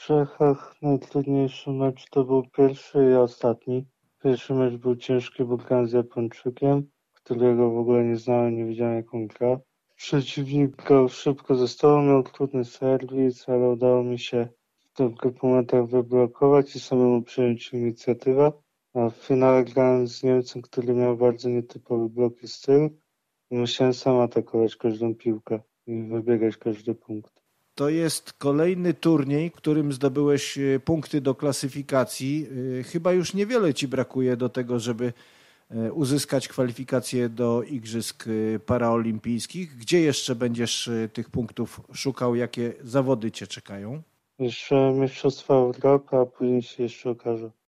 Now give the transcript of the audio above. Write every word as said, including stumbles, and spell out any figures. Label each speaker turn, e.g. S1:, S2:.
S1: Czechach najtrudniejszy mecz to był pierwszy i ostatni. Pierwszy mecz był ciężki, bo grałem z Japończykiem, którego w ogóle nie znałem, nie wiedziałem jak on gra. Przeciwnik grał szybko ze stołu, miał trudny serwis, ale udało mi się w kilku momentach wyblokować i samemu przejąć inicjatywę. A w finale grałem z Niemcem, który miał bardzo nietypowy blok i styl. I musiałem sam atakować każdą piłkę i wybiegać każdy punkt.
S2: To jest kolejny turniej, w którym zdobyłeś e, punkty do klasyfikacji. E, Chyba już niewiele ci brakuje do tego, żeby e, uzyskać kwalifikacje do Igrzysk e, Paraolimpijskich. Gdzie jeszcze będziesz e, tych punktów szukał? Jakie zawody cię czekają?
S1: Jeszcze Mistrzostwa Europy, a później się jeszcze okaże.